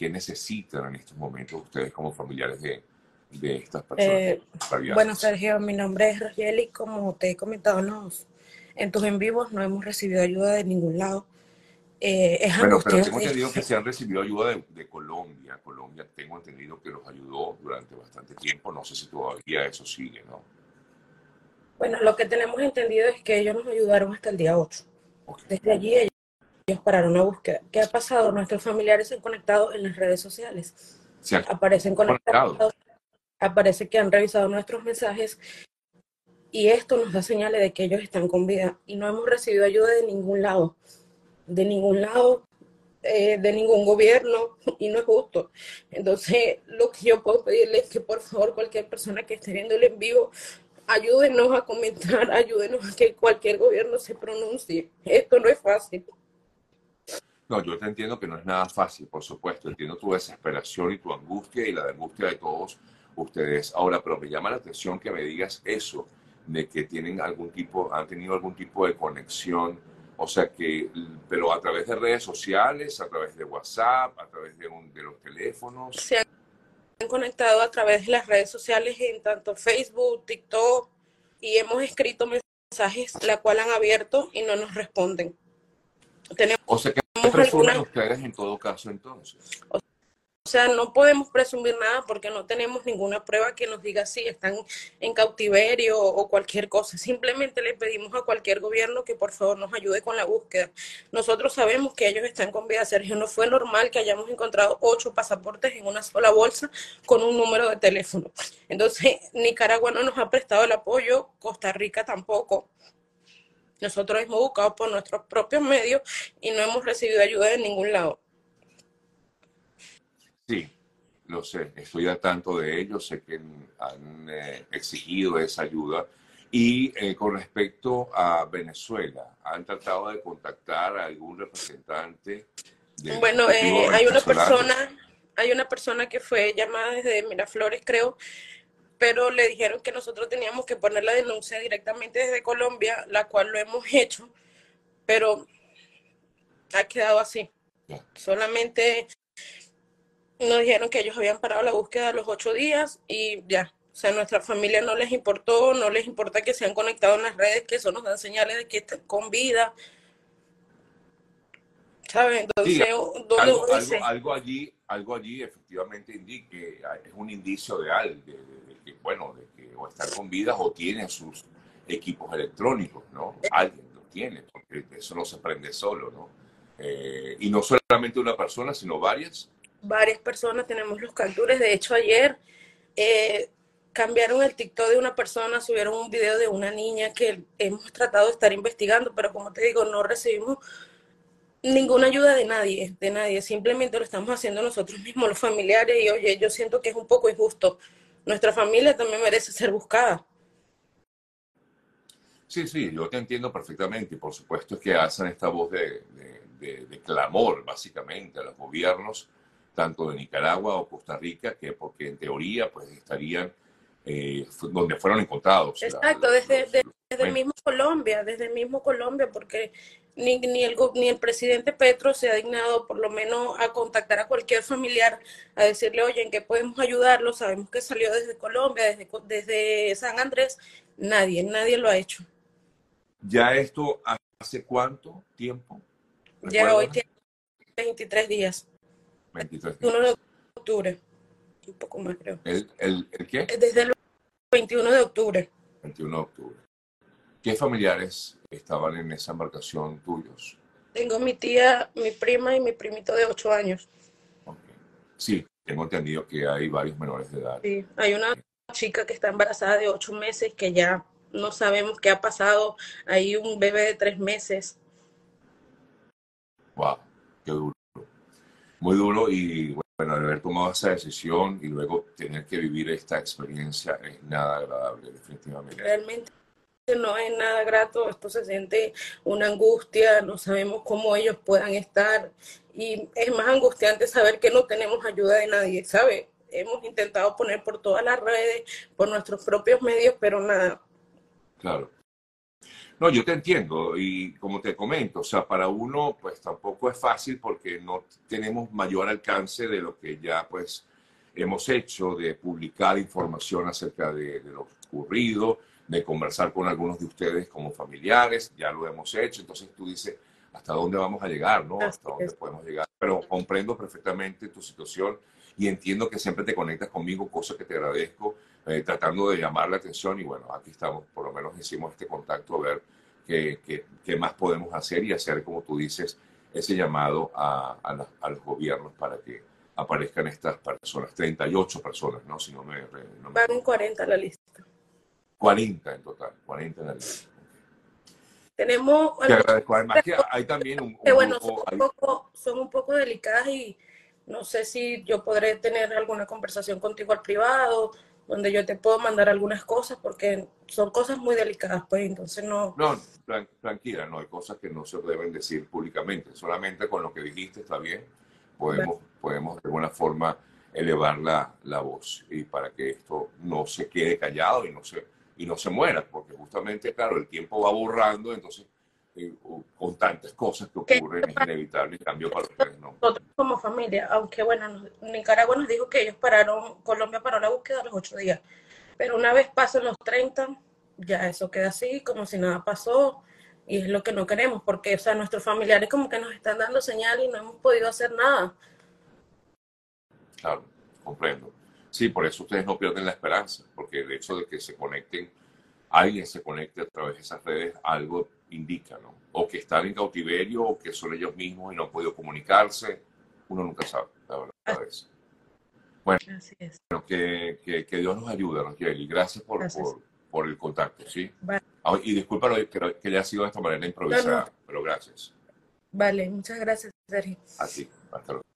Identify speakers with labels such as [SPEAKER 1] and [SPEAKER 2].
[SPEAKER 1] qué necesitan en estos momentos ustedes como familiares de estas personas
[SPEAKER 2] Bueno,
[SPEAKER 1] extraviadas.
[SPEAKER 2] Sergio, mi nombre es Rogel y como te he comentado en tus en vivos, no hemos recibido ayuda de ningún lado. Es
[SPEAKER 1] Bueno, pero tengo
[SPEAKER 2] angustiante.
[SPEAKER 1] entendido que se han recibido ayuda de Colombia. Colombia tengo entendido que los ayudó durante bastante tiempo. No sé si todavía eso sigue, ¿no?
[SPEAKER 2] Bueno, lo que tenemos entendido es que ellos nos ayudaron hasta el día 8.
[SPEAKER 1] Ok.
[SPEAKER 2] Desde allí ellos pararon la búsqueda. ¿Qué ha pasado? Nuestros familiares se han conectado en las redes sociales.
[SPEAKER 1] Se han
[SPEAKER 2] Aparecen
[SPEAKER 1] conectado.
[SPEAKER 2] conectados, aparece que han revisado nuestros mensajes y esto nos da señales de que ellos están con vida y no hemos recibido ayuda de ningún lado, de ningún gobierno y no es justo. Entonces, lo que yo puedo pedirle es que por favor cualquier persona que esté viendo el en vivo, ayúdenos a comentar, ayúdenos a que cualquier gobierno se pronuncie. Esto no es fácil.
[SPEAKER 1] No, yo te entiendo que no es nada fácil, por supuesto. Entiendo tu desesperación y tu angustia y la angustia de todos ustedes. Ahora, pero me llama la atención que me digas eso, de que tienen han tenido algún tipo de conexión, o sea que, pero a través de redes sociales, a través de WhatsApp, a través de los teléfonos.
[SPEAKER 2] Se han conectado a través de las redes sociales en tanto Facebook, TikTok y hemos escrito mensajes la cual han abierto y no nos responden. Tenemos
[SPEAKER 1] O sea que presumen
[SPEAKER 2] algunas.
[SPEAKER 1] ustedes en todo caso entonces.
[SPEAKER 2] O sea, no podemos presumir nada porque no tenemos ninguna prueba que nos diga si están en cautiverio o cualquier cosa. Simplemente le pedimos a cualquier gobierno que por favor nos ayude con la búsqueda. Nosotros sabemos que ellos están con vida, Sergio. No fue normal que hayamos encontrado 8 pasaportes en una sola bolsa con un número de teléfono. Entonces, Nicaragua no nos ha prestado el apoyo, Costa Rica tampoco. Nosotros hemos buscado por nuestros propios medios y no hemos recibido ayuda de ningún lado.
[SPEAKER 1] Sí, lo sé, estoy al tanto de ello, sé que han exigido esa ayuda. Y con respecto a Venezuela, ¿han tratado de contactar a algún representante del
[SPEAKER 2] Bueno,
[SPEAKER 1] Ejecutivo venezolano?
[SPEAKER 2] hay una persona que fue llamada desde Miraflores, creo, pero le dijeron que nosotros teníamos que poner la denuncia directamente desde Colombia, la cual lo hemos hecho, pero ha quedado así.
[SPEAKER 1] Ya.
[SPEAKER 2] Solamente nos dijeron que ellos habían parado la búsqueda a los 8 días y ya. O sea, a nuestra familia no les importó, no les importa que se han conectado en las redes, que eso nos dan señales de que están con vida, ¿sabes?
[SPEAKER 1] Sí,
[SPEAKER 2] Entonces, ¿dónde uno dice?
[SPEAKER 1] algo allí efectivamente indique, es un indicio de algo, de que, bueno, de que o están con vidas o tienen sus equipos electrónicos, ¿no? Alguien los tiene, porque eso no se prende solo, ¿no? Y no solamente una persona, sino varias.
[SPEAKER 2] Varias personas tenemos los capturas. De hecho, ayer eh, cambiaron el TikTok de una persona, subieron un video de una niña que hemos tratado de estar investigando, pero como te digo, no recibimos ninguna ayuda de nadie, de nadie. Simplemente lo estamos haciendo nosotros mismos, los familiares, y oye, yo siento que es un poco injusto. Nuestra familia también merece ser buscada.
[SPEAKER 1] Sí, sí, yo te entiendo perfectamente. Y por supuesto es que hacen esta voz de clamor, básicamente, a los gobiernos, tanto de Nicaragua o Costa Rica, que porque en teoría pues estarían donde fueron encontrados
[SPEAKER 2] Exacto,
[SPEAKER 1] los
[SPEAKER 2] desde
[SPEAKER 1] documentos.
[SPEAKER 2] Desde el mismo Colombia, porque ni el presidente Petro se ha dignado por lo menos a contactar a cualquier familiar, a decirle, oye, ¿en qué podemos ayudarlo? Sabemos que salió desde Colombia, desde San Andrés. Nadie lo ha hecho.
[SPEAKER 1] ¿Ya esto hace cuánto tiempo?
[SPEAKER 2] Ya hoy
[SPEAKER 1] ¿Recuerdas?
[SPEAKER 2] tiene 23 días,
[SPEAKER 1] 23
[SPEAKER 2] 1 de
[SPEAKER 1] días.
[SPEAKER 2] octubre, un poco más creo.
[SPEAKER 1] ¿El qué?
[SPEAKER 2] Desde el 21 de octubre.
[SPEAKER 1] 21 de octubre. ¿Qué familiares estaban en esa embarcación tuyos?
[SPEAKER 2] Tengo mi tía, mi prima y mi primito de 8 años.
[SPEAKER 1] Okay. Sí, tengo entendido que hay varios menores de edad.
[SPEAKER 2] Sí, hay una chica que está embarazada de 8 meses que ya no sabemos qué ha pasado. Hay un bebé de 3 meses.
[SPEAKER 1] Wow, qué duro. Muy duro y bueno, de haber tomado esa decisión y luego tener que vivir esta experiencia es nada agradable, definitivamente.
[SPEAKER 2] Realmente no es nada grato. Esto se siente una angustia. No sabemos cómo ellos puedan estar. Y es más angustiante saber que no tenemos ayuda de nadie, ¿sabe? Hemos intentado poner por todas las redes, por nuestros propios medios, pero nada.
[SPEAKER 1] Claro. No, yo te entiendo y como te comento, o sea, para uno pues tampoco es fácil porque no tenemos mayor alcance de lo que ya pues hemos hecho, de publicar información acerca de lo ocurrido, de conversar con algunos de ustedes como familiares, ya lo hemos hecho, entonces tú dices, ¿hasta dónde vamos a llegar, no?
[SPEAKER 2] Así
[SPEAKER 1] ¿Hasta dónde
[SPEAKER 2] es.
[SPEAKER 1] podemos llegar? Pero comprendo perfectamente tu situación y entiendo que siempre te conectas conmigo, cosa que te agradezco, tratando de llamar la atención y bueno, aquí estamos, por lo menos hicimos este contacto a ver qué más podemos hacer y hacer, como tú dices, ese llamado a los gobiernos para que aparezcan estas personas, 38 personas, ¿no? Si no me
[SPEAKER 2] Van en
[SPEAKER 1] equivoco.
[SPEAKER 2] 40 la lista.
[SPEAKER 1] 40 en total, 40 en la lista.
[SPEAKER 2] Tenemos
[SPEAKER 1] Te
[SPEAKER 2] algunas
[SPEAKER 1] agradezco. Además que hay también
[SPEAKER 2] que,
[SPEAKER 1] un
[SPEAKER 2] bueno,
[SPEAKER 1] grupo,
[SPEAKER 2] son un poco delicadas y no sé si yo podré tener alguna conversación contigo al privado, donde yo te puedo mandar algunas cosas, porque son cosas muy delicadas, pues entonces no.
[SPEAKER 1] no, tranquila, no hay cosas que no se deben decir públicamente, solamente con lo que dijiste está bien, podemos de alguna forma elevar la voz y para que esto no se quede callado y no se muera, porque justamente, claro, el tiempo va borrando, entonces con tantas cosas que
[SPEAKER 2] Que
[SPEAKER 1] ocurren es inevitable el cambio para ustedes, ¿no?
[SPEAKER 2] nosotros como familia, aunque bueno, Nicaragua nos dijo que ellos pararon, Colombia paró la búsqueda a los 8 días, pero una vez pasan los 30 ya eso queda así, como si nada pasó, y es lo que no queremos, porque, o sea, nuestros familiares como que nos están dando señal y no hemos podido hacer nada.
[SPEAKER 1] Claro, comprendo. Sí, por eso ustedes no pierden la esperanza, porque el hecho de que se conecten, alguien se conecte a través de esas redes, algo indica, ¿no? O que están en cautiverio, o que son ellos mismos y no han podido comunicarse. Uno nunca sabe, la verdad es. Bueno,
[SPEAKER 2] Así es,
[SPEAKER 1] que Dios nos ayude, Rogel, y gracias
[SPEAKER 2] gracias.
[SPEAKER 1] por el contacto, ¿sí?
[SPEAKER 2] Vale,
[SPEAKER 1] Y disculpa que haya sido de esta manera
[SPEAKER 2] no, no,
[SPEAKER 1] improvisada, pero gracias
[SPEAKER 2] vale, muchas gracias, Sergio.
[SPEAKER 1] a ti. Hasta luego.